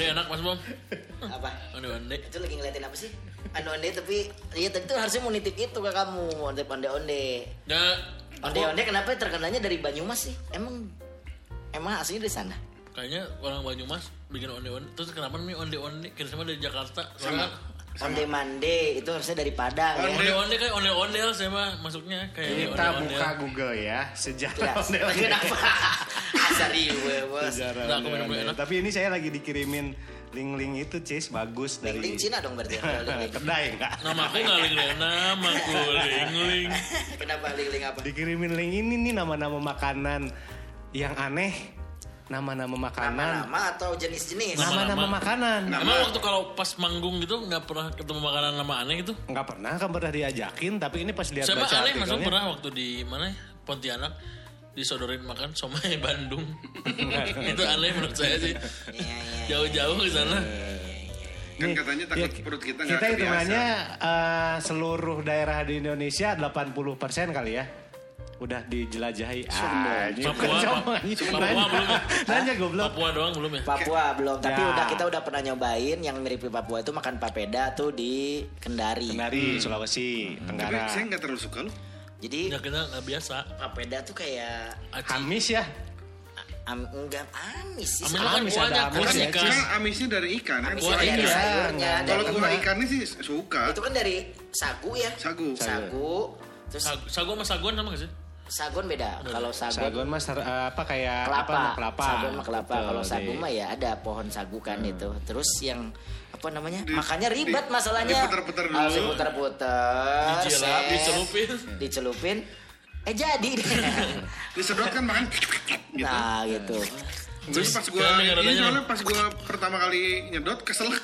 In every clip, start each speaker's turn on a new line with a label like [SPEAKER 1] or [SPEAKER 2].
[SPEAKER 1] enak Mas Bom.
[SPEAKER 2] Apa?
[SPEAKER 1] Onde-onde.
[SPEAKER 2] Itu lagi ngeliatin apa sih? Onde tapi iya tadi tuh harusnya mau nitip itu ke kamu, onde.
[SPEAKER 1] Ya,
[SPEAKER 2] Onde kenapa terkenalnya dari Banyumas sih? Emang aslinya dari sana?
[SPEAKER 1] kayaknya orang Banyumas bikin onde-onde. Terus kenapa nih onde-onde? Kira sama dari Jakarta. Soalnya
[SPEAKER 2] Onde mande itu harusnya dari Padang ya.
[SPEAKER 1] onde-onde kayak ondel-ondel saya mah masuknya kayak
[SPEAKER 3] Kita
[SPEAKER 1] ondel-ondel.
[SPEAKER 3] buka Google ya, sejarah
[SPEAKER 2] Ya,
[SPEAKER 3] ondel-ondel.
[SPEAKER 2] kenapa? Asari bos.
[SPEAKER 3] Sejarah
[SPEAKER 1] Nah, aku
[SPEAKER 3] ondel-ondel.
[SPEAKER 1] minum enak.
[SPEAKER 3] Tapi ini saya lagi dikirimin link-link itu, Cis, bagus dari
[SPEAKER 2] Link Cina dong berarti. Kalau link-link.
[SPEAKER 3] kedai enggak?
[SPEAKER 1] Nama aku nggak ling-ling, namaku ling-ling.
[SPEAKER 2] Kenapa link apa?
[SPEAKER 3] Dikirimin link ini nih nama-nama makanan yang aneh, nama-nama makanan,
[SPEAKER 2] Nama-nama atau jenis-jenis?
[SPEAKER 3] nama-nama makanan.
[SPEAKER 1] Emang waktu kalau pas manggung gitu nggak pernah ketemu makanan nama aneh gitu?
[SPEAKER 3] Nggak pernah diajakin, tapi ini pas lihat
[SPEAKER 1] Saya mah
[SPEAKER 3] baca
[SPEAKER 1] aneh masuk
[SPEAKER 3] artikelnya.
[SPEAKER 1] pernah waktu di mana ya? Pontianak disodorin makan somai Bandung. Itu aneh menurut saya sih.
[SPEAKER 2] Iya.
[SPEAKER 1] Jauh-jauh ke sana.
[SPEAKER 4] Kan katanya takut perut kita nggak
[SPEAKER 3] Kita
[SPEAKER 4] kebiasa.
[SPEAKER 3] hitungannya seluruh daerah di Indonesia 80% kali ya. Udah dijelajahi.
[SPEAKER 1] Papua belum ya?
[SPEAKER 3] Nanya goblok.
[SPEAKER 1] Papua doang belum ya?
[SPEAKER 2] Papua belum, tapi
[SPEAKER 3] Ya.
[SPEAKER 2] kita udah pernah nyobain yang mirip Papua itu makan papeda tuh di Kendari.
[SPEAKER 3] Kendari, Sulawesi,
[SPEAKER 4] Tapi
[SPEAKER 3] Tenggara.
[SPEAKER 4] saya nggak terlalu suka loh.
[SPEAKER 2] Jadi
[SPEAKER 1] Ya kita nggak biasa.
[SPEAKER 2] papeda tuh kayak
[SPEAKER 3] Amis ya.
[SPEAKER 2] enggak amis sih.
[SPEAKER 1] Amin kan
[SPEAKER 3] Amis
[SPEAKER 1] kuahnya
[SPEAKER 3] ada
[SPEAKER 1] kuah
[SPEAKER 3] amis ya,
[SPEAKER 1] ikan.
[SPEAKER 4] Kan amisnya dari ikan kan.
[SPEAKER 2] Amisnya
[SPEAKER 4] Kuah
[SPEAKER 2] dari
[SPEAKER 4] ikan.
[SPEAKER 2] sayurnya,
[SPEAKER 4] Kalau
[SPEAKER 2] dari
[SPEAKER 4] kuah ikannya sih suka.
[SPEAKER 2] itu kan dari sagu ya.
[SPEAKER 4] Sagu.
[SPEAKER 2] Terus
[SPEAKER 1] Sagu sama saguan sama gak sih?
[SPEAKER 2] sagon beda. Kalau
[SPEAKER 3] Sagon mas apa kayak
[SPEAKER 2] kelapa.
[SPEAKER 3] apa? Kelapa.
[SPEAKER 2] Sagon mah kelapa.
[SPEAKER 3] Betul,
[SPEAKER 2] Kalau sagu
[SPEAKER 3] deh.
[SPEAKER 2] mah ya ada pohon sagu kan itu. Terus yang apa namanya? Makanya ribet masalahnya.
[SPEAKER 4] diputer-puter dulu.
[SPEAKER 2] Harus diputer-puter.
[SPEAKER 1] Dijelap,
[SPEAKER 2] set,
[SPEAKER 1] dicelupin.
[SPEAKER 2] Dicelupin. Jadi deh.
[SPEAKER 4] Disedot kan makan gitu.
[SPEAKER 2] Nah gitu.
[SPEAKER 4] Terus pas gue
[SPEAKER 1] Keren nih
[SPEAKER 4] ini
[SPEAKER 1] katanya.
[SPEAKER 4] soalnya pas gue pertama kali nyedot keselak.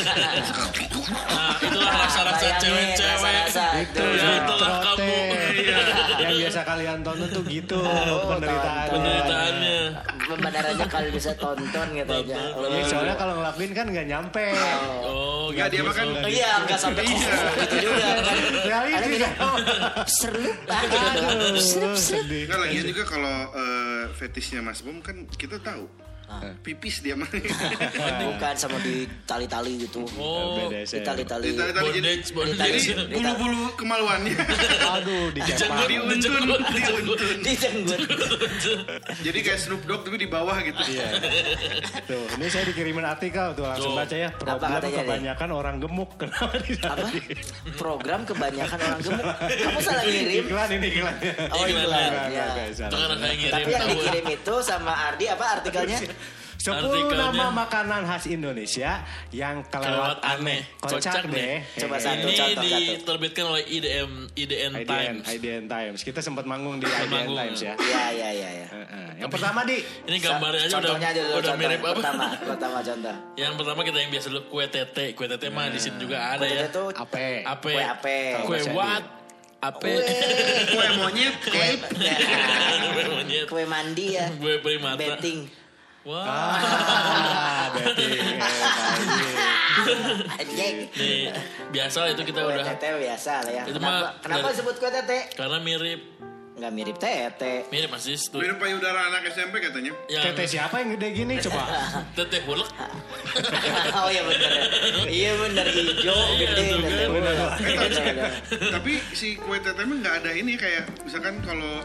[SPEAKER 1] Nah, itulah rasa-rasa
[SPEAKER 2] Bayangin,
[SPEAKER 1] cewek-cewek.
[SPEAKER 2] rasa-rasa
[SPEAKER 3] Itu
[SPEAKER 1] Ya,
[SPEAKER 3] yang
[SPEAKER 1] itulah
[SPEAKER 3] trote.
[SPEAKER 1] kamu.
[SPEAKER 3] Yang biasa kalian tonton tuh gitu
[SPEAKER 2] Oh,
[SPEAKER 3] penderitaannya.
[SPEAKER 1] Penderitaannya.
[SPEAKER 2] Pembenarannya kalau bisa tonton gitu aja.
[SPEAKER 3] Ini soalnya kalau ngelakuin kan nggak nyampe.
[SPEAKER 1] Oh,
[SPEAKER 4] Enggak dia makan.
[SPEAKER 2] Iya, enggak sampai gitu juga kan.
[SPEAKER 3] Ya itu ya.
[SPEAKER 2] Seru
[SPEAKER 3] Aduh,
[SPEAKER 2] Seru.
[SPEAKER 3] sedih.
[SPEAKER 4] Enggak lagian juga kalau fetishnya Mas Bom kan kita tahu. Pipis dia mah.
[SPEAKER 2] Bukan sama di tali-tali gitu.
[SPEAKER 1] Oh,
[SPEAKER 3] Beda
[SPEAKER 2] Di tali-tali.
[SPEAKER 4] Ditali-tali jadi
[SPEAKER 1] bondage.
[SPEAKER 4] jadi bulu-bulu kemaluannya.
[SPEAKER 3] Aduh, dikepang.
[SPEAKER 4] Diuntun.
[SPEAKER 2] Dijenggut.
[SPEAKER 4] Jadi kayak Snoop Dogg tapi di bawah gitu.
[SPEAKER 3] Iya. Tuh, ini saya dikirimin artikel tuh langsung
[SPEAKER 1] Tuh.
[SPEAKER 3] baca ya. Program
[SPEAKER 2] katanya nih?
[SPEAKER 3] kebanyakan orang gemuk. Kenapa di
[SPEAKER 2] Apa? Program kebanyakan orang gemuk. Kamu salah ngirim.
[SPEAKER 3] Iklan ini iklannya.
[SPEAKER 2] Oh, iklan. Ya.
[SPEAKER 3] Oke, salah.
[SPEAKER 1] Itu kan kayak ngirim
[SPEAKER 2] Tapi yang
[SPEAKER 1] tahu.
[SPEAKER 2] dikirim itu sama Ardi apa artikelnya?
[SPEAKER 3] 10
[SPEAKER 1] Artikelnya.
[SPEAKER 3] nama makanan khas Indonesia yang kelewat
[SPEAKER 1] Kelewat aneh.
[SPEAKER 3] Kocak deh.
[SPEAKER 2] Coba satu
[SPEAKER 1] Ini
[SPEAKER 2] contoh.
[SPEAKER 1] diterbitkan oleh IDN Times.
[SPEAKER 3] IDN Times. Kita sempat manggung di IDN
[SPEAKER 1] Manggung.
[SPEAKER 3] Times ya.
[SPEAKER 2] Iya.
[SPEAKER 3] Yang pertama di
[SPEAKER 1] Ini gambarnya aja
[SPEAKER 2] Contohnya aja dulu,
[SPEAKER 1] udah
[SPEAKER 2] contoh.
[SPEAKER 1] mirip apa?
[SPEAKER 2] Pertama contoh.
[SPEAKER 1] Yang pertama kita yang biasa dulu kue tete. Kue tete mah di sini juga ada
[SPEAKER 2] Kue
[SPEAKER 1] ya.
[SPEAKER 2] itu
[SPEAKER 3] Ape.
[SPEAKER 1] Ape.
[SPEAKER 2] kue ape.
[SPEAKER 1] Kue
[SPEAKER 3] Bahasa
[SPEAKER 1] what? Ape.
[SPEAKER 4] Kue monyet, cape.
[SPEAKER 1] Kue monyet.
[SPEAKER 2] Kue mandi ya.
[SPEAKER 1] Kue primata.
[SPEAKER 2] Betting.
[SPEAKER 1] Wah.
[SPEAKER 3] Betting.
[SPEAKER 2] Anjing.
[SPEAKER 1] Nih, biasa lah itu kita
[SPEAKER 2] Kue
[SPEAKER 1] udah.
[SPEAKER 2] tete biasa lah ya.
[SPEAKER 1] Itu
[SPEAKER 2] Kenapa
[SPEAKER 1] mah
[SPEAKER 2] disebut kue tete?
[SPEAKER 1] Karena mirip.
[SPEAKER 2] Enggak mirip tete.
[SPEAKER 1] Mirip masih tuh.
[SPEAKER 4] Minum payudara anak SMP katanya.
[SPEAKER 1] Yang
[SPEAKER 3] Tete siapa yang gede gini coba?
[SPEAKER 1] tete hulek.
[SPEAKER 2] Oh iya bener. Iya bener hijau gede
[SPEAKER 1] itu
[SPEAKER 2] tete.
[SPEAKER 1] kan.
[SPEAKER 2] Bener.
[SPEAKER 4] Tapi si kue tete mah nggak ada ini kayak misalkan kalau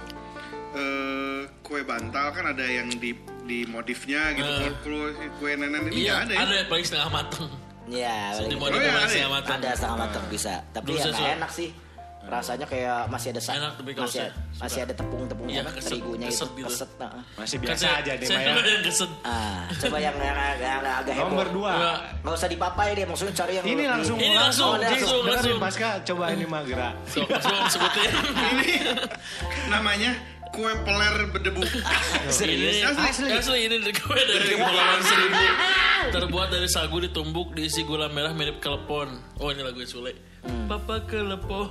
[SPEAKER 4] kue bantal kan ada yang di modifnya gitu. Kalau si kue nenen ini
[SPEAKER 1] Iya,
[SPEAKER 4] nggak ada ya.
[SPEAKER 1] ada yang paling setengah matang.
[SPEAKER 2] Iya,
[SPEAKER 1] Di
[SPEAKER 2] paling
[SPEAKER 1] modif
[SPEAKER 4] Oh, iya,
[SPEAKER 1] paling
[SPEAKER 4] ada
[SPEAKER 1] setengah
[SPEAKER 4] ya?
[SPEAKER 1] matang.
[SPEAKER 2] ada setengah matang bisa. Tapi
[SPEAKER 1] Dulu
[SPEAKER 2] ya
[SPEAKER 1] saya
[SPEAKER 2] nggak
[SPEAKER 1] suka.
[SPEAKER 2] enak sih. Rasanya kayak masih ada
[SPEAKER 1] Enak, tapi kalau saya
[SPEAKER 2] masih ada tepung-tepungnya
[SPEAKER 1] Iya,
[SPEAKER 2] kan,
[SPEAKER 1] keset-
[SPEAKER 2] terigunya itu
[SPEAKER 1] keset gitu.
[SPEAKER 2] keset.
[SPEAKER 3] Masih
[SPEAKER 1] Kan
[SPEAKER 3] biasa aja deh
[SPEAKER 1] saya
[SPEAKER 3] Maya.
[SPEAKER 1] juga yang kesel.
[SPEAKER 2] Coba yang agak heboh.
[SPEAKER 3] Nomor 2.
[SPEAKER 1] Enggak.
[SPEAKER 2] Nggak usah dipapai deh, maksudnya cari yang
[SPEAKER 3] Ini
[SPEAKER 2] lebih-
[SPEAKER 3] langsung
[SPEAKER 1] Ini langsung,
[SPEAKER 3] Jis,
[SPEAKER 1] langsung.
[SPEAKER 3] dengerin Pasca coba ini mah gerak.
[SPEAKER 1] So, langsung sebutin.
[SPEAKER 4] Ini namanya kue peler berdebu.
[SPEAKER 1] Ini asli ini dari kue dari Kepulauan Seribu. Terbuat dari sagu ditumbuk diisi gula merah mirip kelepon. Oh ini lagu Sule. Papa kelepon.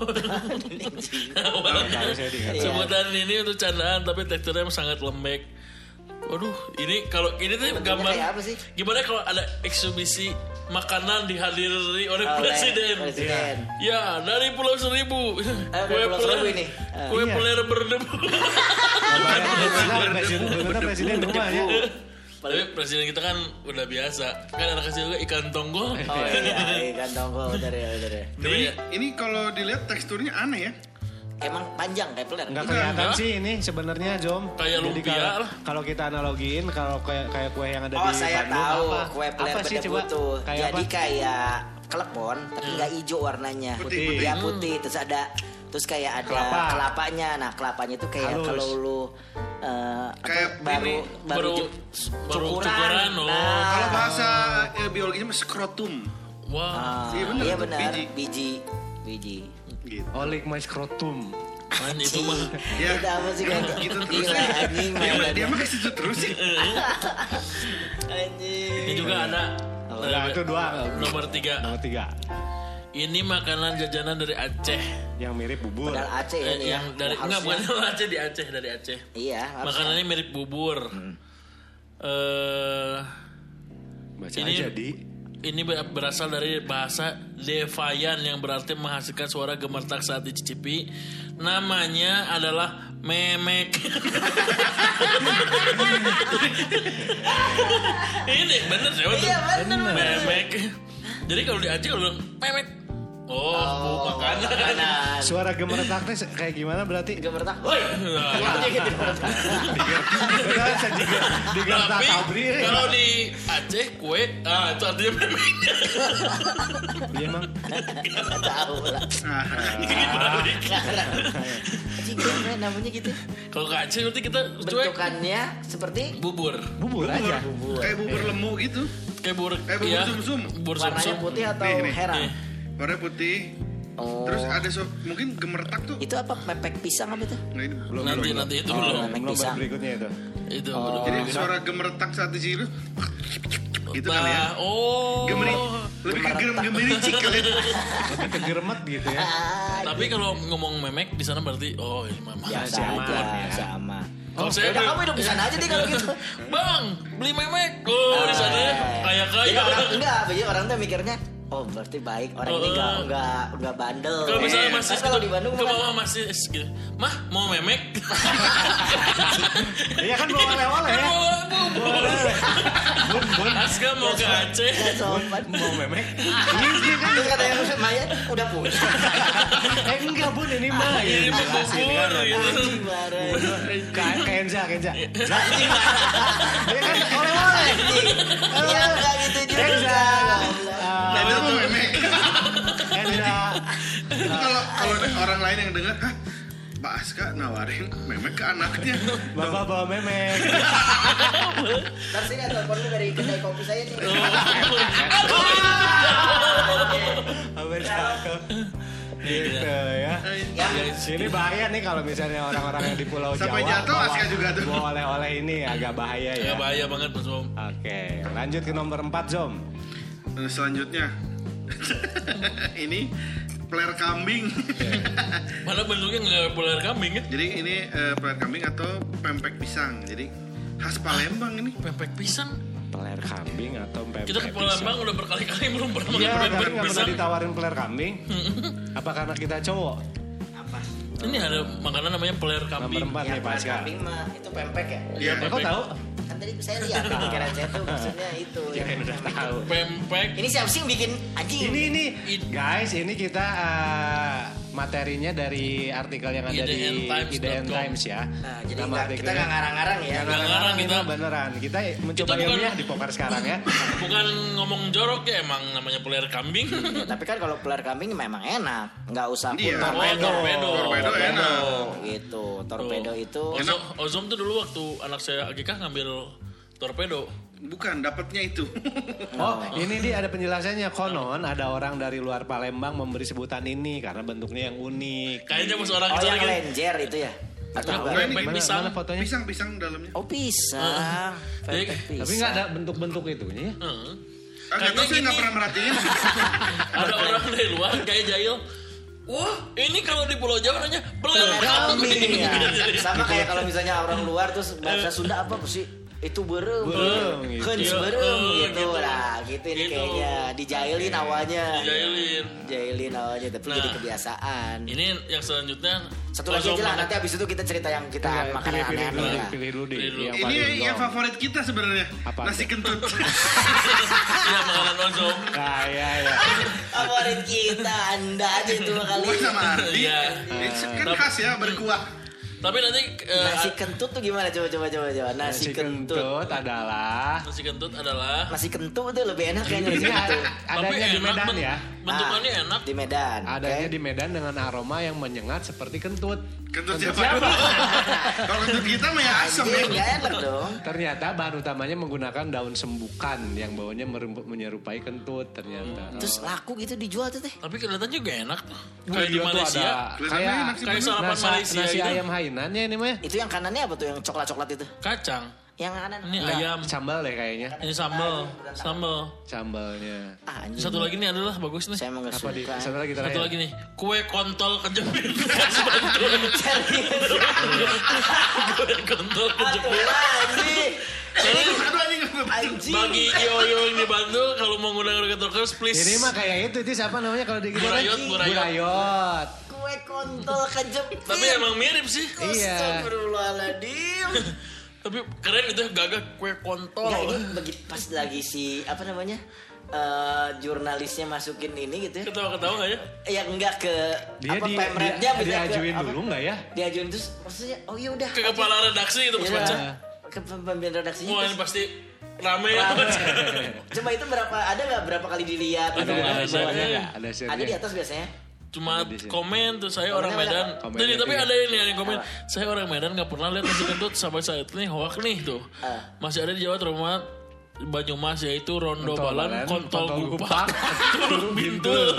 [SPEAKER 1] Sebutan ini untuk candaan tapi teksturnya sangat lembek. Waduh, ini kalau ini tuh
[SPEAKER 2] Bentuknya
[SPEAKER 1] gambar
[SPEAKER 2] kayak apa sih?
[SPEAKER 1] gimana kalau ada eksibisi makanan dihadiri oleh presiden.
[SPEAKER 2] Presiden.
[SPEAKER 1] Ya, dari Pulau Seribu.
[SPEAKER 2] dari Pulau Seribu ini.
[SPEAKER 1] Kue
[SPEAKER 3] Iya.
[SPEAKER 1] peler berdebu.
[SPEAKER 3] Bener presiden rumahnya.
[SPEAKER 1] Tapi presiden kita kan udah biasa. Kan anak kecil juga ikan tonggol.
[SPEAKER 2] Oh iya, ikan tonggol dari.
[SPEAKER 4] Ini kalau dilihat teksturnya aneh ya.
[SPEAKER 2] Emang panjang kayak peler.
[SPEAKER 3] Nggak kelihatan sih ini sebenarnya Jom.
[SPEAKER 1] Kayak
[SPEAKER 3] Jadi
[SPEAKER 1] lumpia lah.
[SPEAKER 3] kalau kita analogiin kalau kayak kue yang ada
[SPEAKER 2] Oh
[SPEAKER 3] di
[SPEAKER 2] saya
[SPEAKER 3] Bandung
[SPEAKER 2] tahu
[SPEAKER 3] apa?
[SPEAKER 2] kue peler
[SPEAKER 3] Apa sih
[SPEAKER 2] beda
[SPEAKER 3] coba?
[SPEAKER 2] butuh.
[SPEAKER 3] Kayak
[SPEAKER 2] Jadi
[SPEAKER 3] apa?
[SPEAKER 2] kayak klepon tapi nggak hijau warnanya.
[SPEAKER 4] Putih.
[SPEAKER 2] Ya putih. Terus kayak ada kelapanya. Nah kelapanya itu kayak
[SPEAKER 3] Halus.
[SPEAKER 2] kalau lu
[SPEAKER 4] Kayak
[SPEAKER 2] baru cukuran.
[SPEAKER 1] Oh.
[SPEAKER 2] Nah.
[SPEAKER 4] Kalau bahasa biologinya mah skrotum.
[SPEAKER 1] Wah.
[SPEAKER 2] Iya benar.
[SPEAKER 4] Biji.
[SPEAKER 2] Biji.
[SPEAKER 4] Gitu.
[SPEAKER 3] Olik my scrotum.
[SPEAKER 1] Man, itu mah.
[SPEAKER 4] Ya.
[SPEAKER 2] Itu apa sih kan?
[SPEAKER 4] Gitu terus.
[SPEAKER 2] Gila, anjing.
[SPEAKER 4] Dia mah kasih terus sih.
[SPEAKER 2] Anjing.
[SPEAKER 1] Ini juga ada.
[SPEAKER 3] Nah, itu dua.
[SPEAKER 1] Nomor 3.
[SPEAKER 3] Nomor 3.
[SPEAKER 1] Ini makanan jajanan dari Aceh.
[SPEAKER 3] Yang mirip bubur.
[SPEAKER 2] Padahal Aceh ini ya.
[SPEAKER 1] Yang dari enggak bukan dari Aceh, di Aceh, dari Aceh.
[SPEAKER 2] Iya. harusnya.
[SPEAKER 1] Makanannya mirip bubur.
[SPEAKER 3] Baca
[SPEAKER 1] ini
[SPEAKER 3] aja di.
[SPEAKER 1] ini berasal dari bahasa Devayan yang berarti menghasilkan suara gemetar saat dicicipi. Namanya adalah memek. Ini bener sih.
[SPEAKER 2] Iya bener.
[SPEAKER 1] Memek. Jadi kalau di Aceh kalau bilang memek. Oh, makanan.
[SPEAKER 3] Suara gemeretak teh kayak gimana berarti?
[SPEAKER 2] Gemertak.
[SPEAKER 1] Woi.
[SPEAKER 3] Beneran saya digertak
[SPEAKER 1] Tapi
[SPEAKER 3] abri.
[SPEAKER 1] kalau di Aceh kue, itu artinya memek.
[SPEAKER 3] Iya emang.
[SPEAKER 2] Nggak tahu lah. Anjing gimana namanya gitu?
[SPEAKER 1] Kalau ke Aceh berarti kita cuek
[SPEAKER 2] Bentukannya seperti
[SPEAKER 1] bubur.
[SPEAKER 3] Bubur aja.
[SPEAKER 4] Kayak bubur lemu gitu.
[SPEAKER 1] Kayak bubur,
[SPEAKER 4] Kayak bubur sumsum.
[SPEAKER 1] Bubur
[SPEAKER 2] warnanya
[SPEAKER 1] sumsum.
[SPEAKER 2] putih atau
[SPEAKER 4] Nih.
[SPEAKER 2] herang?
[SPEAKER 4] Warnanya putih.
[SPEAKER 2] Oh.
[SPEAKER 4] Terus ada mungkin gemertak tuh.
[SPEAKER 2] Itu apa mepek pisang apa itu?
[SPEAKER 4] Nah, ini belum.
[SPEAKER 1] Nanti itu belum.
[SPEAKER 2] memek
[SPEAKER 3] Belum
[SPEAKER 2] pisang.
[SPEAKER 3] berikutnya itu.
[SPEAKER 1] Itu
[SPEAKER 4] Jadi suara gemertak saat di situ. Gitu kali ya.
[SPEAKER 1] Oh.
[SPEAKER 4] Lebih ke gemericik kali ya.
[SPEAKER 3] Lebih kegeremet gitu ya.
[SPEAKER 1] Tapi kalau ngomong memek di sana berarti ini mama.
[SPEAKER 2] Biasa
[SPEAKER 3] Sama,
[SPEAKER 2] aja,
[SPEAKER 3] ya.
[SPEAKER 2] sama.
[SPEAKER 1] Kalau
[SPEAKER 2] Ya udah kamu hidup di sana aja deh kalau gitu.
[SPEAKER 1] Bang, beli memek. Oh, di sana ya
[SPEAKER 2] Jadi
[SPEAKER 1] kaya.
[SPEAKER 2] orang enggak, jadi orang tuh mikirnya oh berarti baik orang ini enggak bandel.
[SPEAKER 1] Kalau misalnya masih
[SPEAKER 2] Kan kalau di Bandung
[SPEAKER 1] ke
[SPEAKER 2] kan
[SPEAKER 1] bawah masih gitu. Mah, mau memek?
[SPEAKER 3] Iya kan bawa oleh-oleh ya. Bun.
[SPEAKER 1] Aska mau ke Aceh.
[SPEAKER 2] nggak sopan.
[SPEAKER 3] Mau memek.
[SPEAKER 2] Terus kata yang Maya udah punya.
[SPEAKER 3] Enggak bun ini mah.
[SPEAKER 1] Ini mah
[SPEAKER 3] Jelasin
[SPEAKER 1] bubur,
[SPEAKER 3] kan.
[SPEAKER 1] gitu.
[SPEAKER 2] Anjing marah.
[SPEAKER 3] Kenza.
[SPEAKER 2] Anjing
[SPEAKER 3] Dia kan oleh-oleh.
[SPEAKER 2] Ya enggak gitu juga.
[SPEAKER 3] Kenza.
[SPEAKER 4] Nah, itu tuh memek.
[SPEAKER 3] Kenza.
[SPEAKER 4] Kalau orang lain yang dengar, hah? Mbak Aska nawarin memek ke anaknya.
[SPEAKER 3] Bapak bawa memek.
[SPEAKER 2] Ntar sih telepon lu dari kedai kopi saya nih.
[SPEAKER 3] Hampir cakep. Gitu ya. Ini bahaya nih kalau misalnya orang-orang yang di Pulau Jawa
[SPEAKER 4] Sampai jatuh Aska juga tuh.
[SPEAKER 3] bawa oleh-oleh ini agak bahaya ya.
[SPEAKER 1] Ya bahaya banget Mas Om.
[SPEAKER 3] Oke, lanjut ke nomor 4 Zom.
[SPEAKER 4] Dan selanjutnya ini peler kambing.
[SPEAKER 1] Mana bentuknya nggak peler kambing ya?
[SPEAKER 4] Jadi ini peler kambing atau pempek pisang. Jadi khas Palembang ini.
[SPEAKER 1] Pempek pisang.
[SPEAKER 3] Peler kambing atau pempek
[SPEAKER 1] Kita ke Palembang udah berkali-kali belum pernah
[SPEAKER 3] Iya,
[SPEAKER 1] makan
[SPEAKER 3] tapi
[SPEAKER 1] pempek
[SPEAKER 3] nggak pernah
[SPEAKER 1] pisang.
[SPEAKER 3] ditawarin peler kambing. Apa karena kita cowok?
[SPEAKER 2] Apa?
[SPEAKER 1] Ini ada makanan namanya peler
[SPEAKER 3] Nomor
[SPEAKER 1] kambing.
[SPEAKER 3] 4 nih Pak Aska.
[SPEAKER 2] kambing mah itu pempek ya?
[SPEAKER 4] Iya,
[SPEAKER 3] Kok tahu?
[SPEAKER 2] Kan tadi saya lihat pikiran saya tuh maksudnya itu.
[SPEAKER 3] Kirain udah tahu.
[SPEAKER 1] Pempek.
[SPEAKER 2] Ini siapa sih yang bikin anjing?
[SPEAKER 3] Ini guys, ini kita materinya dari artikel yang ada di
[SPEAKER 1] IDN-Times.com.
[SPEAKER 3] IDN Times ya.
[SPEAKER 2] Nah, jadi
[SPEAKER 3] Nama
[SPEAKER 2] kita
[SPEAKER 3] artikelnya.
[SPEAKER 2] nggak ngarang-ngarang ya.
[SPEAKER 3] Nggak
[SPEAKER 1] ngarang
[SPEAKER 3] ngarang
[SPEAKER 1] kita.
[SPEAKER 3] kita beneran. Kita mencoba
[SPEAKER 1] Kita bukan-
[SPEAKER 3] ilmiah di poker sekarang ya.
[SPEAKER 1] Bukan ngomong jorok ya, emang namanya peler kambing.
[SPEAKER 2] Ya, tapi kan kalau peler kambing memang enak, nggak usah
[SPEAKER 4] Iya.
[SPEAKER 2] pun
[SPEAKER 1] Torpedo.
[SPEAKER 4] Torpedo enak.
[SPEAKER 2] Gitu, torpedo itu.
[SPEAKER 1] Ozom tuh dulu waktu anak saya Akikah ngambil torpedo.
[SPEAKER 4] Bukan, dapatnya itu.
[SPEAKER 3] Oh, ini dia ada penjelasannya. Konon ada orang dari luar Palembang memberi sebutan ini karena bentuknya yang unik.
[SPEAKER 1] Kayaknya pas orang
[SPEAKER 2] Oh
[SPEAKER 1] kecil
[SPEAKER 2] yang
[SPEAKER 1] gitu.
[SPEAKER 2] lenjer itu ya? Atau
[SPEAKER 1] Nah,
[SPEAKER 2] bukan?
[SPEAKER 1] pempek
[SPEAKER 3] Mana,
[SPEAKER 1] pisang.
[SPEAKER 3] mana fotonya?
[SPEAKER 4] Pisang dalamnya.
[SPEAKER 2] Oh pisang,
[SPEAKER 1] Jadi-
[SPEAKER 2] pempek pisang.
[SPEAKER 3] Tapi nggak ada bentuk-bentuk itunya ya.
[SPEAKER 1] Heeh.
[SPEAKER 4] Nggak tahu, saya nggak pernah merhatiin.
[SPEAKER 1] Ada orang dari luar kayak jahil. Wah, ini kalau di Pulau Jawa namanya peler kambing.
[SPEAKER 2] Kambing ya. Sama kayak kalau misalnya orang luar terus bahasa Sunda apa sih? Itu berem,
[SPEAKER 3] Berem, gitu.
[SPEAKER 2] Hens
[SPEAKER 1] Iya,
[SPEAKER 2] berem gitu
[SPEAKER 1] gitu.
[SPEAKER 2] lah, gitu ini
[SPEAKER 1] Gitu.
[SPEAKER 2] kayaknya dijailin awalnya,
[SPEAKER 1] Dijailin.
[SPEAKER 2] jailin awalnya tapi
[SPEAKER 1] Nah.
[SPEAKER 2] jadi kebiasaan.
[SPEAKER 1] Ini yang selanjutnya
[SPEAKER 2] Satu lagi aja lah, nanti abis itu kita cerita yang kita makan aneh-aneh lah.
[SPEAKER 3] Pilih dulu deh.
[SPEAKER 4] Ini yang favorit kita sebenarnya. Nasi kentut.
[SPEAKER 1] Iya, makanan Ozom.
[SPEAKER 3] Iya.
[SPEAKER 2] Favorit kita, Anda aja itu kali.
[SPEAKER 4] Gua sama Ardi.
[SPEAKER 1] Iya.
[SPEAKER 4] Kan khas ya, berkuah.
[SPEAKER 1] Tapi nanti
[SPEAKER 2] nasi kentut tuh gimana? Coba. Nasi kentut
[SPEAKER 1] adalah
[SPEAKER 2] nasi kentut itu lebih enak kayaknya.
[SPEAKER 3] Adanya di Medan ya.
[SPEAKER 1] Bentukannya enak.
[SPEAKER 2] Di Medan.
[SPEAKER 3] Adanya di Medan dengan aroma yang menyengat seperti kentut.
[SPEAKER 4] Kentut siapa? Kalau kentut kita mah ya asam ya.
[SPEAKER 2] Nggak enak dong.
[SPEAKER 3] Ternyata bahan utamanya menggunakan daun sembukan yang baunya menyerupai kentut ternyata.
[SPEAKER 2] Terus laku gitu dijual tuh teh.
[SPEAKER 1] Tapi kelihatan juga enak tuh. Kayak di Malaysia.
[SPEAKER 3] Kayak
[SPEAKER 1] sarapan Malaysia
[SPEAKER 3] nasi
[SPEAKER 1] gitu.
[SPEAKER 3] ayam Hainannya ini mah.
[SPEAKER 2] Itu yang kanannya apa tuh yang coklat-coklat itu?
[SPEAKER 1] Kacang.
[SPEAKER 2] Yang kanan.
[SPEAKER 1] Ini ayam.
[SPEAKER 3] Sambal deh kayaknya.
[SPEAKER 1] Ini sambal.
[SPEAKER 3] Sambalnya.
[SPEAKER 1] Satu lagi nih adalah bagus nih.
[SPEAKER 2] Saya emang gak suka.
[SPEAKER 1] Satu lagi nih. Kue kontol kejepit khas Bantul. Kue kontol kejepit. Bagi Yoyo yang di Bantul kalau mau ngundang Rocketokers please.
[SPEAKER 3] Ini mah kayak itu siapa namanya kalau di
[SPEAKER 1] Burayot.
[SPEAKER 2] Kue kontol kejepit.
[SPEAKER 1] Tapi emang mirip sih.
[SPEAKER 3] Iya.
[SPEAKER 2] Astagfirullahaladzim.
[SPEAKER 1] Tapi keren itu gagah kue kontol.
[SPEAKER 2] Enggak, ini begitu pas lagi si apa namanya jurnalisnya masukin ini gitu ya.
[SPEAKER 1] Ketawa-ketawa gak ya?
[SPEAKER 2] Ya enggak ke
[SPEAKER 3] dia
[SPEAKER 2] pemretnya
[SPEAKER 3] diajuin dulu enggak ya?
[SPEAKER 2] Diajuin terus maksudnya oh ya udah.
[SPEAKER 1] Ke kepala redaksi itu pas baca.
[SPEAKER 2] Ke pemimpin redaksinya.
[SPEAKER 1] Wah ini pasti rame.
[SPEAKER 2] Coba itu berapa kali dilihat?
[SPEAKER 3] Ada
[SPEAKER 2] di atas biasanya.
[SPEAKER 1] Cuma komen tuh saya orang Medan. Jadi tapi ada ini yang komen. Saya orang Medan nggak pernah lihat nasi kentut sampai saat ini hoak nih tuh. Masih ada di Jawa Timur Banyumas yaitu Rondo Balan, Kontol Gupak, Turun Bintul.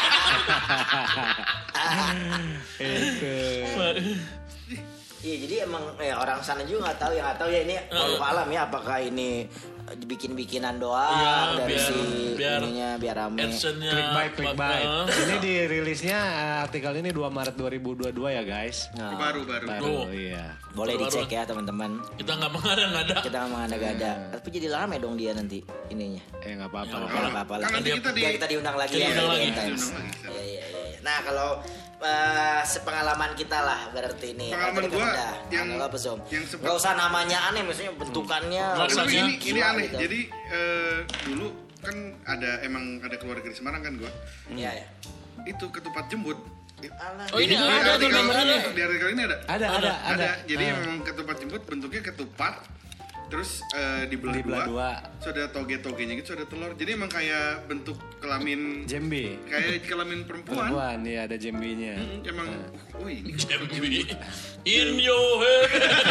[SPEAKER 2] Iya jadi emang orang sana juga nggak tahu ya ini walau alam ya apakah ini dibikin-bikinan doang dari ininya biar rame.
[SPEAKER 3] Clickbait. Ini dirilisnya artikel ini 2 Maret 2022 ya guys.
[SPEAKER 4] Baru.
[SPEAKER 3] Iya.
[SPEAKER 2] Boleh dicek ya teman-teman.
[SPEAKER 1] Kita nggak mengada-ngada.
[SPEAKER 2] Tapi jadi rame dong dia nanti ininya.
[SPEAKER 3] Nggak apa-apa.
[SPEAKER 4] Nggak apa-apa lah. Kan
[SPEAKER 2] kita diundang lagi ya. Iya. Nah kalau sepengalaman kita lah berarti ini.
[SPEAKER 4] Pengalaman gue yang
[SPEAKER 2] apa Zom? Gak usah namanya aneh, maksudnya bentukannya.
[SPEAKER 4] Ini aneh. Gitu. Jadi dulu kan emang ada keluarga di Semarang kan gue.
[SPEAKER 2] Iya.
[SPEAKER 4] Itu ketupat jembut.
[SPEAKER 1] Oh ini ada tuh namanya.
[SPEAKER 4] Di artikel ini ada.
[SPEAKER 3] Ada.
[SPEAKER 4] Jadi memang ketupat jembut bentuknya ketupat. Terus dibelah dua. So ada toge-togenya gitu, so ada telur. Jadi emang kayak bentuk kelamin
[SPEAKER 3] jembe.
[SPEAKER 4] Kayak kelamin perempuan.
[SPEAKER 3] Iya ada jembenya.
[SPEAKER 4] Emang ini
[SPEAKER 1] jembe. In your head.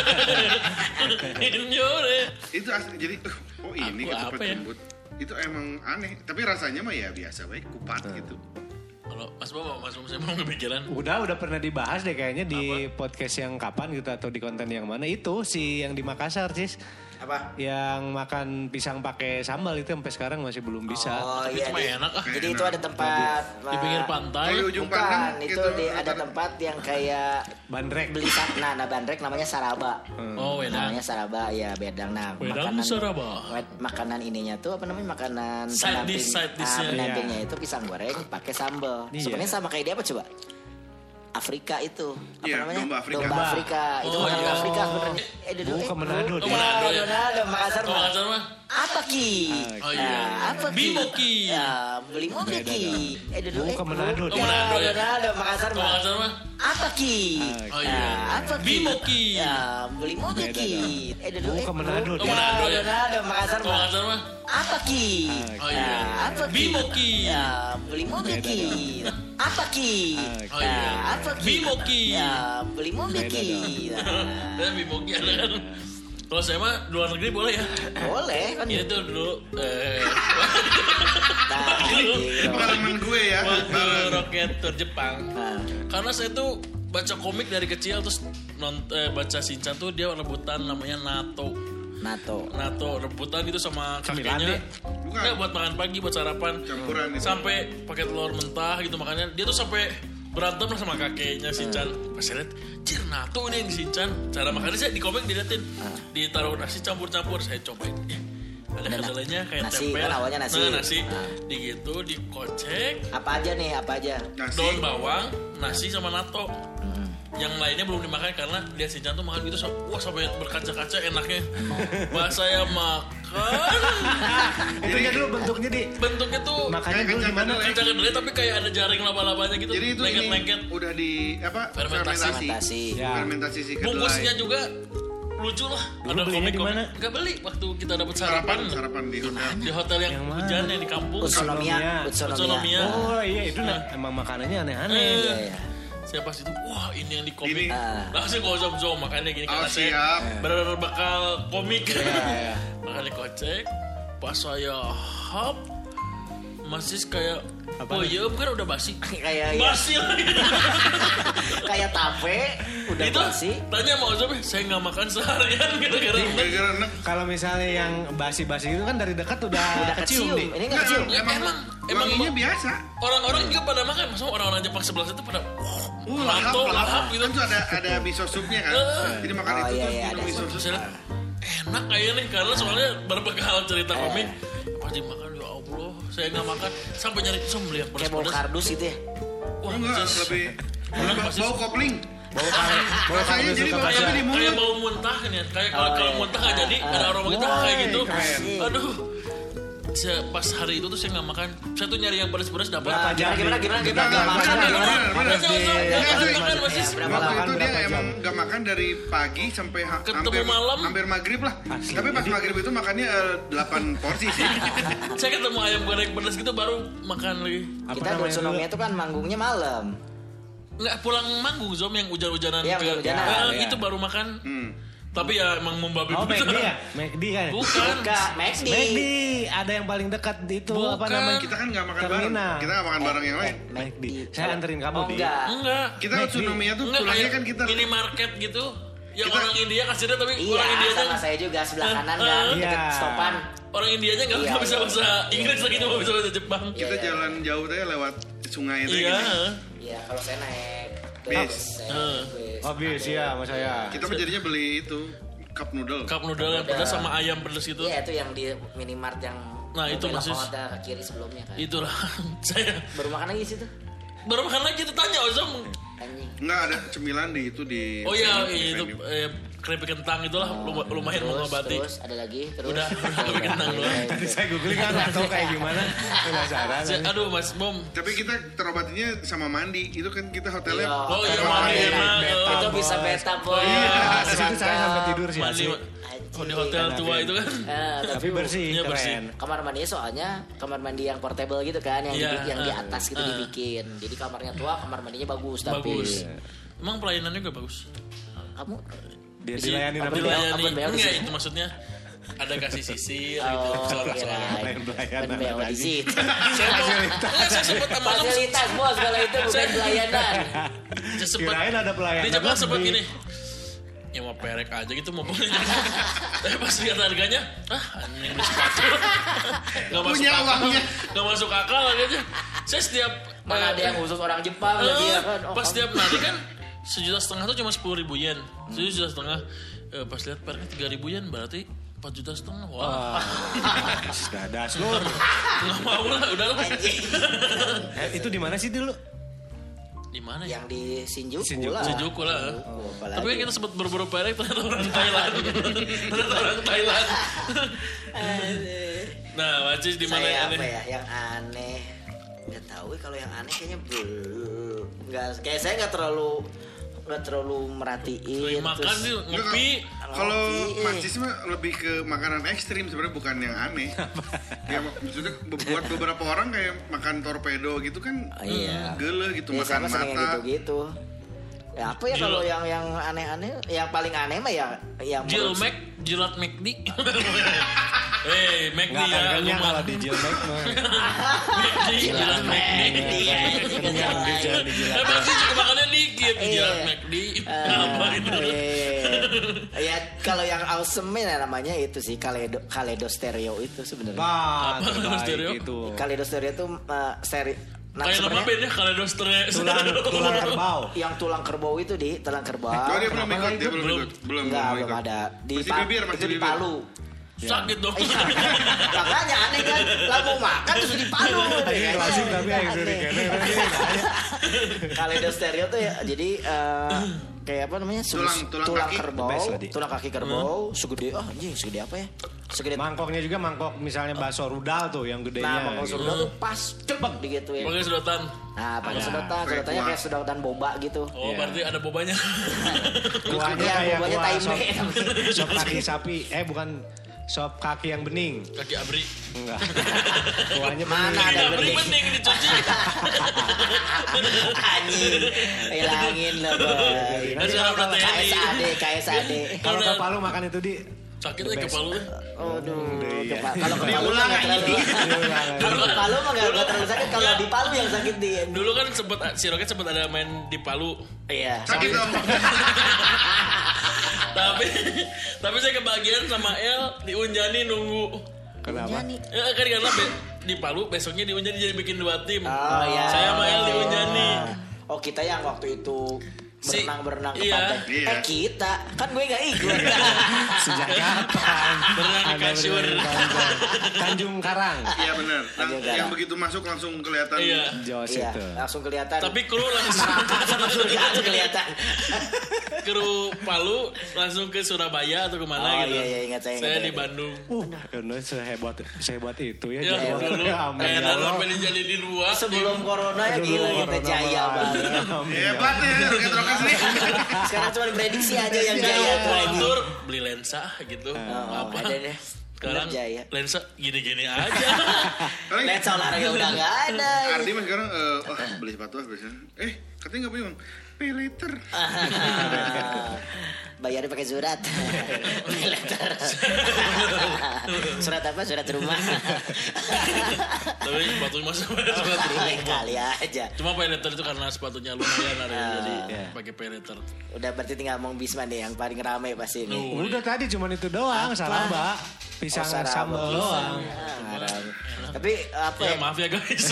[SPEAKER 4] Itu asli jadi ini ketupat jembut. Itu emang aneh, tapi rasanya mah ya biasa baik kupat gitu.
[SPEAKER 1] Kalau Mas Bobo saya mau kepikiran.
[SPEAKER 3] Udah pernah dibahas deh kayaknya di podcast yang kapan gitu atau di konten yang mana itu si yang di Makassar Cis.
[SPEAKER 2] Apa?
[SPEAKER 3] Yang makan pisang pakai sambal itu sampai sekarang masih belum bisa.
[SPEAKER 1] Tapi itu mah enak.
[SPEAKER 2] Jadi itu ada tempat
[SPEAKER 1] di pinggir pantai.
[SPEAKER 4] Di ujung pandang
[SPEAKER 2] itu ada tempat yang kayak
[SPEAKER 3] bandrek.
[SPEAKER 2] Beli bandrek namanya Saraba.
[SPEAKER 1] Oh, Wedang.
[SPEAKER 2] Namanya Saraba ya bedang. Nah,
[SPEAKER 1] Wedang Saraba.
[SPEAKER 2] Makanan ininya tuh apa namanya? Makanan
[SPEAKER 1] side dish-nya.
[SPEAKER 2] pendampingnya itu pisang goreng pakai sambal. Sebenarnya sama kayak dia apa coba? Afrika itu apa namanya? Domba Afrika. Itu makanan Afrika sebenarnya.
[SPEAKER 3] Ke Manado.
[SPEAKER 2] Manado, Makassar
[SPEAKER 1] mah.
[SPEAKER 2] Apa ki? Apa ki?
[SPEAKER 1] Bimoki.
[SPEAKER 2] Ya, beli mobil ki.
[SPEAKER 3] Ke Manado.
[SPEAKER 2] Manado, Makassar mah. Apa ki? Apa ki?
[SPEAKER 1] Bimoki.
[SPEAKER 2] Ya, beli mobil ki.
[SPEAKER 3] Ke Manado.
[SPEAKER 2] Manado, Makassar mah. Apa ki? Apa ki?
[SPEAKER 1] Bimoki.
[SPEAKER 2] Ya, beli mobil ki. Apa ki? Apa ki?
[SPEAKER 1] Bimoki.
[SPEAKER 2] Ya, beli mobil ki.
[SPEAKER 1] Bimoki ada kan. Kalau saya mah luar negeri boleh ya?
[SPEAKER 2] Boleh kan.
[SPEAKER 1] Ini tuh dulu
[SPEAKER 4] pengalaman gue ya.
[SPEAKER 1] Waktu Rocket Tour Jepang. Karena saya tuh baca komik dari kecil terus baca Shinchan tuh dia rebutan namanya Nato rebutan gitu sama kakeknya. Bukan buat makan pagi, buat sarapan.
[SPEAKER 4] Campuran itu.
[SPEAKER 1] Sampai pakai telur mentah gitu makanya dia tuh sampai berantem lah sama kakeknya Shinchan. Pas saya lihat, Nato ini yang Shinchan. Cara makannya saya di komik diliatin. Ditaruh nasi campur-campur, saya cobain. Ada kedelainya kayak
[SPEAKER 2] nasi,
[SPEAKER 1] tempe.
[SPEAKER 2] Kan awalnya nasi.
[SPEAKER 1] Nasi. Di gitu dikocek.
[SPEAKER 2] Apa aja?
[SPEAKER 1] Daun bawang, nasi sama nato. yang lainnya belum dimakan karena lihat Shinchan tuh makan gitu wah sampai berkaca-kaca enaknya. Pas saya makan
[SPEAKER 3] Itunya dulu bentuknya tuh
[SPEAKER 1] makanya dulu gimana kaca kedelai tapi kayak ada jaring laba-labanya gitu.
[SPEAKER 4] Jadi itu lengket-lengket udah di fermentasi si kedelai.
[SPEAKER 1] Bungkusnya juga lucu lah.
[SPEAKER 3] Ada komik
[SPEAKER 1] nggak beli waktu kita dapat sarapan di hotel yang hujan yang di kampung.
[SPEAKER 2] Utsunomiya.
[SPEAKER 3] Oh iya itu emang makanannya aneh-aneh.
[SPEAKER 1] Saya pas itu wah ini yang di komik langsung gue zom makanya gini karena saya berbekal komik makanya kocek pas saya hap masih kayak iya kan udah basi
[SPEAKER 2] kayak
[SPEAKER 1] basi lagi
[SPEAKER 2] kayak tape udah
[SPEAKER 1] itu,
[SPEAKER 2] basi
[SPEAKER 1] tanya mau Zom saya nggak makan seharian gara-gara
[SPEAKER 3] kalau misalnya yang basi-basi itu kan dari dekat udah kecium nih.
[SPEAKER 2] Ini nggak kecium
[SPEAKER 4] emang biasa
[SPEAKER 1] orang-orang juga pada makan maksudnya orang-orang Jepang sebelah itu pada
[SPEAKER 4] lahap gitu kan tuh ada miso supnya kan jadi makan itu tuh minum miso sup
[SPEAKER 1] enak kayaknya nih karena soalnya berbekal cerita komik pasti makan ya Allah saya nggak makan sampai nyari beli yang
[SPEAKER 2] kayak bau kardus gitu ya
[SPEAKER 4] wah lebih bau kopling
[SPEAKER 1] rasanya jadi kayak bau muntah kan ya kayak kalau muntah nggak jadi ada aroma gitu kayak gitu aduh pas hari itu tuh saya nggak makan saya tuh nyari yang pedas-pedas dapat
[SPEAKER 2] gimana
[SPEAKER 4] waktu itu dia emang nggak makan dari pagi sampai
[SPEAKER 1] ketemu malam
[SPEAKER 4] hampir maghrib lah tapi pas maghrib itu makannya 8 porsi sih
[SPEAKER 1] saya ketemu ayam goreng pedas gitu baru makan lagi
[SPEAKER 2] kita di Utsunomiya itu kan manggungnya malam
[SPEAKER 1] nggak pulang manggung Zom yang hujan-hujanan itu baru makan tapi ya emang membabi
[SPEAKER 3] McD ya? McD kan?
[SPEAKER 2] Bukan McD
[SPEAKER 3] ada yang paling dekat itu apa namanya?
[SPEAKER 4] Kita kan gak makan bareng. Kita gak makan bareng yang lain.
[SPEAKER 3] McD. Saya anterin kamu di.
[SPEAKER 1] Enggak.
[SPEAKER 4] Kita Utsunomiya tuh pulangnya kan kita
[SPEAKER 1] minimarket gitu. Yang orang India kasirnya tapi orang Indianya
[SPEAKER 2] sama saya juga sebelah kanan kan deket stopan.
[SPEAKER 1] Orang Indianya gak bisa bahasa Inggris lagi tuh gak bisa bahasa Jepang.
[SPEAKER 4] Kita jalan jauh tuh lewat sungai itu.
[SPEAKER 2] Iya kalau saya naik
[SPEAKER 4] bis.
[SPEAKER 3] Bis ya sama saya.
[SPEAKER 4] Kita jadinya beli itu cup noodle
[SPEAKER 1] yang pedas sama ayam pedas gitu.
[SPEAKER 2] Iya itu yang di minimart yang
[SPEAKER 1] itu masih
[SPEAKER 2] ke kiri sebelumnya kan.
[SPEAKER 1] Itulah saya
[SPEAKER 2] baru makan lagi situ.
[SPEAKER 1] Baru makan lagi itu tanya Ozom.
[SPEAKER 4] Enggak ada cemilan di itu di.
[SPEAKER 1] Oh iya itu keripik kentang itulah lumayan mengobati.
[SPEAKER 2] Terus ada lagi
[SPEAKER 1] Udah keripik kentang doang.
[SPEAKER 3] Tadi saya googling kan nggak tahu kayak gimana. Penasaran.
[SPEAKER 1] Aduh Mas Bom.
[SPEAKER 4] Tapi kita terobatinya sama mandi. Itu kan kita hotelnya.
[SPEAKER 1] Oh iya mandi enak.
[SPEAKER 2] Itu bisa beta boy.
[SPEAKER 3] Iya. Di situ saya sampai tidur sih.
[SPEAKER 1] Di hotel tua itu kan.
[SPEAKER 3] Tapi bersih, keren.
[SPEAKER 2] Kamar mandinya soalnya kamar mandi yang portable gitu kan, yang di atas gitu dibikin. Jadi kamarnya tua, kamar mandinya bagus.
[SPEAKER 1] Bagus. Emang pelayanannya juga bagus.
[SPEAKER 2] Kamu
[SPEAKER 3] dilayani
[SPEAKER 1] enggak itu maksudnya ada kasih sisi gitu
[SPEAKER 2] pelayanan di situ
[SPEAKER 1] saya sempat
[SPEAKER 2] fasilitas bos kalau itu bukan pelayanan
[SPEAKER 3] kirain ada pelayanan
[SPEAKER 1] di Jepang sempat gini ya mau perek aja gitu mau beli tapi pas lihat harganya anjing beli sepatu nggak masuk akal aja saya setiap
[SPEAKER 2] mana ada yang khusus orang Jepang
[SPEAKER 1] pas setiap nanti kan 1,5 juta tuh cuma 10.000 yen. 1,5 juta. Pas lihat perknya 3.000 yen berarti 4,5 juta. Wah.
[SPEAKER 3] Dadas lu.
[SPEAKER 1] Enggak mau lah, udahlah.
[SPEAKER 3] Itu di mana sih dulu?
[SPEAKER 1] Di mana
[SPEAKER 2] ya? Yang di
[SPEAKER 1] Shinjuku lah. Tapi kan kita sempat berburu perek ternyata orang Thailand. Nah, Wacis di mana yang aneh?
[SPEAKER 2] Yang aneh. Nggak tahu kalau yang aneh kayaknya belum. Kayak saya nggak terlalu merhatiin.
[SPEAKER 1] Makan sih ngopi.
[SPEAKER 4] Kalau Macis mah lebih ke makanan ekstrim sebenarnya bukan yang aneh. Ya maksudnya buat beberapa orang kayak makan torpedo gitu kan gele gitu makan mata.
[SPEAKER 2] Gitu. Ya apa ya kalau yang aneh-aneh, yang paling aneh mah ya yang
[SPEAKER 1] jilat McD. McD
[SPEAKER 3] ya. Kalau di jilat mah.
[SPEAKER 1] Jilat McD. Pasti juga makannya dikit jilat McD. Apa itu?
[SPEAKER 2] Ya kalau yang awesome-nya namanya itu sih Kaleido Stereo itu sebenarnya.
[SPEAKER 1] Apa Kaleido Stereo?
[SPEAKER 2] Kaleido Stereo itu seri.
[SPEAKER 1] Nah, kayak nama bandnya Kaleido Stereo.
[SPEAKER 3] Tulang kerbau.
[SPEAKER 2] Yang tulang kerbau itu tulang kerbau.
[SPEAKER 4] Oh dia belum ikut.
[SPEAKER 2] Belum ada. Itu di Palu.
[SPEAKER 1] Sakit dong.
[SPEAKER 2] Makanya aneh kan, lah mau makan terus di Palu.
[SPEAKER 3] Klasik tapi yang sering
[SPEAKER 2] Kaleido stereo tuh ya, jadi kayak apa namanya? Tulang kerbau, tulang kaki kerbau, segede anjing, segede apa ya? Segede
[SPEAKER 3] mangkoknya juga mangkok misalnya bakso rudal tuh yang gedenya.
[SPEAKER 2] Nah, mangkok rudal tuh pas cepet digituin.
[SPEAKER 1] Pakai sedotan.
[SPEAKER 2] Nah, pakai sedotannya kayak sedotan boba gitu.
[SPEAKER 1] Oh, berarti ada bobanya.
[SPEAKER 3] Kuahnya kayak kuah sop kaki sapi. Bukan sop kaki yang bening.
[SPEAKER 1] Kaki abri.
[SPEAKER 3] Enggak. Kuahnya
[SPEAKER 2] mana ada
[SPEAKER 1] bening dicuci.
[SPEAKER 2] Anjing. Hilangin lah, Boy. KSAD.
[SPEAKER 3] Kalau ke Palu makan itu di
[SPEAKER 1] sakit aja kepala.
[SPEAKER 2] Aduh, kalau ke Palu nggak terlalu. Kalau ke Palu mah nggak terlalu sakit. Kalau di Palu yang sakit di.
[SPEAKER 1] Dulu kan si Roket sempat ada main di Palu.
[SPEAKER 2] Iya.
[SPEAKER 4] Sakit dong.
[SPEAKER 1] tapi saya kebagian sama El di Unjani nunggu.
[SPEAKER 3] Kenapa?
[SPEAKER 1] Ya kan karena di Palu besoknya di Unjani jadi bikin 2 tim.
[SPEAKER 2] Oh iya.
[SPEAKER 1] Saya sama El di Unjani.
[SPEAKER 2] Oh kita yang waktu itu berenang ke
[SPEAKER 1] iya.
[SPEAKER 2] pantai.
[SPEAKER 4] Iya.
[SPEAKER 2] Kita kan gue gak ikut.
[SPEAKER 3] Sejak kapan?
[SPEAKER 1] Berenang di kasur.
[SPEAKER 3] Tanjung Karang.
[SPEAKER 4] Iya benar. Yang begitu masuk langsung kelihatan.
[SPEAKER 1] Iya.
[SPEAKER 3] Jos
[SPEAKER 2] Iya,
[SPEAKER 3] itu.
[SPEAKER 2] langsung kelihatan.
[SPEAKER 1] Tapi kru langsung
[SPEAKER 2] sama surga langsung kelihatan.
[SPEAKER 1] Kru Palu langsung ke Surabaya atau kemana gitu.
[SPEAKER 2] Iya, ingat saya
[SPEAKER 1] di Bandung.
[SPEAKER 3] Karena sehebat itu ya.
[SPEAKER 1] Ya dulu. Kayak sampai dijadiin 2.
[SPEAKER 2] Sebelum corona ya gila kita jaya banget.
[SPEAKER 4] Hebat ya roket-roket nih.
[SPEAKER 2] Sekarang cuma prediksi aja yang jaya tuh lagi.
[SPEAKER 1] Tur beli lensa gitu. Apa
[SPEAKER 2] ada deh.
[SPEAKER 1] Sekarang
[SPEAKER 2] jaya.
[SPEAKER 1] lensa gini-gini aja.
[SPEAKER 2] Lensa olahraga udah gak ada.
[SPEAKER 4] Ardi mah sekarang beli sepatu biasanya. Katanya nggak punya uang. Pay later.
[SPEAKER 2] Bayarnya pakai surat. Pay later. Surat apa? Surat rumah.
[SPEAKER 1] Tapi sepatu masa surat rumah.
[SPEAKER 2] Kali aja.
[SPEAKER 1] Cuma pay later itu karena sepatunya lumayan jadi pakai pay later.
[SPEAKER 2] Udah berarti tinggal Mang Bisman deh yang paling rame pasti ini.
[SPEAKER 3] Udah tadi cuma itu doang, salah Mbak. Pisang sambal doang.
[SPEAKER 2] Tapi apa ya?
[SPEAKER 1] Maaf ya guys.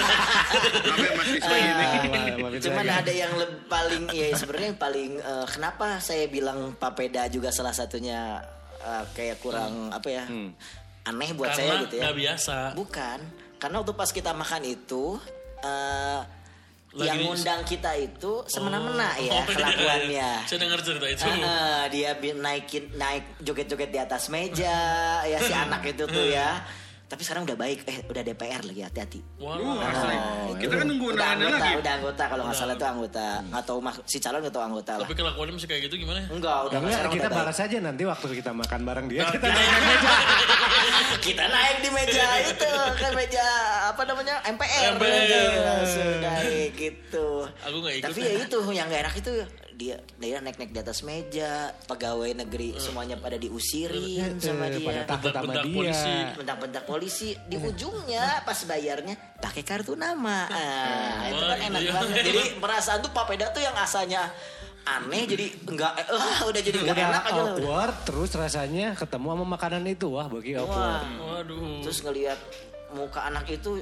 [SPEAKER 2] Cuman ada yang paling ya sebenarnya yang paling kenapa saya bilang papeda juga salah satunya kayak kurang apa ya? Aneh buat
[SPEAKER 1] karena
[SPEAKER 2] saya gitu ya.
[SPEAKER 1] Karena biasa.
[SPEAKER 2] Bukan. Karena waktu pas kita makan itu yang ngundang kita itu semena-mena ya kelakuannya.
[SPEAKER 1] Saya dengar cerita itu.
[SPEAKER 2] Dia naik joget-joget di atas meja ya si anak itu tuh ya. Tapi sekarang udah baik, udah DPR lagi, hati-hati.
[SPEAKER 4] Kita kan nunggu undangannya lagi.
[SPEAKER 2] Udah anggota kalau nggak salah itu anggota. Nggak tahu si calon nggak tahu anggota lah.
[SPEAKER 1] Tapi kelakuannya masih kayak gitu gimana?
[SPEAKER 2] Enggak, udah
[SPEAKER 3] sekarang kita balas aja nanti waktu kita makan bareng dia. Kita naik di meja.
[SPEAKER 2] Kita naik di meja itu kan meja apa namanya MPR. Sudah gitu.
[SPEAKER 1] Aku nggak ikut.
[SPEAKER 2] Tapi ya itu yang nggak enak itu dia naik di atas meja, pegawai negeri semuanya pada diusirin sama dia, bentak-bentak polisi di ujungnya pas bayarnya pakai kartu nama. Itu kan enak banget. Jadi perasaan tuh papeda tuh yang asalnya aneh jadi enggak udah jadi enggak enak aja loh.
[SPEAKER 3] Awkward terus rasanya ketemu sama makanan itu bagi awkward.
[SPEAKER 2] Waduh. Terus ngelihat muka anak itu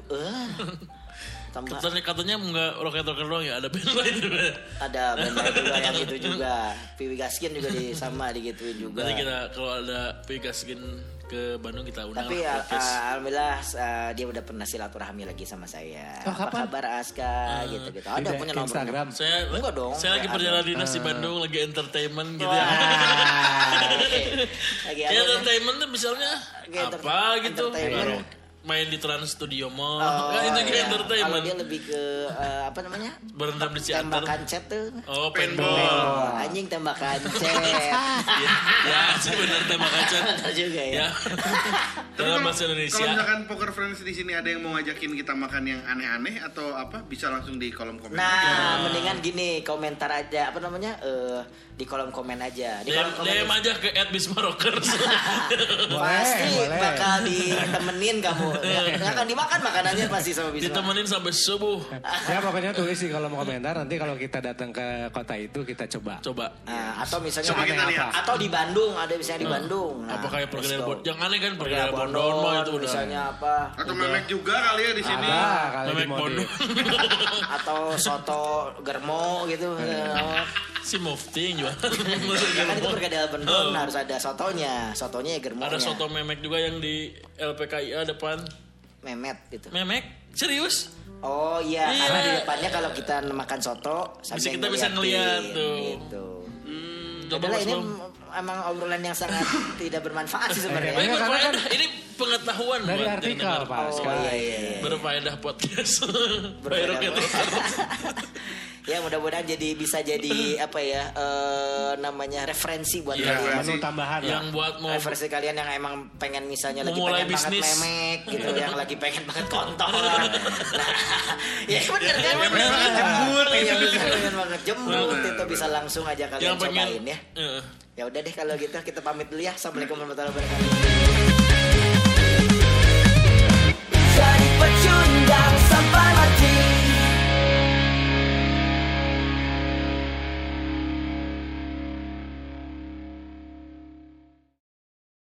[SPEAKER 1] katanya enggak roket-roket doang ya, ada band lain juga.
[SPEAKER 2] Ada band lain juga yang itu juga. Piwi Gaskin juga sama digituin juga.
[SPEAKER 1] Nanti kita kalau ada Piwi Gaskin ke Bandung kita undang.
[SPEAKER 2] Tapi alhamdulillah dia udah pernah silaturahmi lagi sama saya. Apa kabar Aska gitu-gitu. Ada punya nomor
[SPEAKER 3] Instagram.
[SPEAKER 1] Saya enggak dong. Saya lagi perjalanan dinas di Bandung, lagi entertainment gitu ya.
[SPEAKER 2] Lagi
[SPEAKER 1] entertainment tuh misalnya apa gitu. Main di Trans Studio Mall. Kan itu kayak entertainment.
[SPEAKER 2] Kalau dia lebih ke apa namanya?
[SPEAKER 1] Berendam di teater.
[SPEAKER 2] Tembakan cat tuh.
[SPEAKER 1] Oh, paintball.
[SPEAKER 2] Anjing tembakan cat.
[SPEAKER 1] Ya, sih benar tembakan cat.
[SPEAKER 2] Benar juga ya.
[SPEAKER 1] Dalam bahasa Indonesia.
[SPEAKER 4] Kalau misalkan Poker Friends di sini ada yang mau ngajakin kita makan yang aneh-aneh atau apa, bisa langsung di kolom komen.
[SPEAKER 2] Nah, mendingan gini, komentar aja apa namanya? Di kolom komen aja. Di kolom komen
[SPEAKER 1] DM aja ke @bismarokers.
[SPEAKER 2] Pasti bakal ditemenin kamu. Nggak akan dimakan makanannya pasti sama Bisma.
[SPEAKER 1] Ditemenin sampai subuh.
[SPEAKER 3] Ya pokoknya tulis di kolom komentar, nanti kalau kita datang ke kota itu kita coba.
[SPEAKER 2] Atau misalnya atau di Bandung, ada misalnya di Bandung.
[SPEAKER 1] Apa kayak perkedel Bondon? Yang aneh kan perkedel Bondon mah itu udah.
[SPEAKER 2] Misalnya apa?
[SPEAKER 4] Atau memek juga kali ya di sini.
[SPEAKER 1] Memek Bondon.
[SPEAKER 2] Atau soto germo gitu.
[SPEAKER 1] Si Mufti jual.
[SPEAKER 2] Kan itu perkedel Bendon harus ada sotonya. Sotonya ya germonya.
[SPEAKER 1] Ada soto memek juga yang di LPKIA depan.
[SPEAKER 2] Memet gitu.
[SPEAKER 1] Memek? Serius?
[SPEAKER 2] Oh iya, karena di depannya kalau kita makan soto sampai
[SPEAKER 1] kita bisa ngeliat tuh.
[SPEAKER 2] Gitu.
[SPEAKER 1] Coba
[SPEAKER 2] ini emang obrolan yang sangat tidak bermanfaat sih sebenarnya.
[SPEAKER 1] Ini pengetahuan
[SPEAKER 3] dari artikel Pak.
[SPEAKER 2] Iya.
[SPEAKER 1] Berfaedah podcast. Berfaedah.
[SPEAKER 2] Ya mudah-mudahan bisa jadi namanya referensi buat kalian.
[SPEAKER 3] Menu tambahan
[SPEAKER 1] yang buat
[SPEAKER 2] referensi kalian yang emang pengen misalnya lagi pengen banget memek gitu, yang lagi pengen banget kontol. Nah, ya bener kan? Pengen banget jembut itu bisa langsung aja kalian cobain ya. Ya udah deh kalau gitu kita pamit dulu ya. Assalamualaikum warahmatullahi wabarakatuh.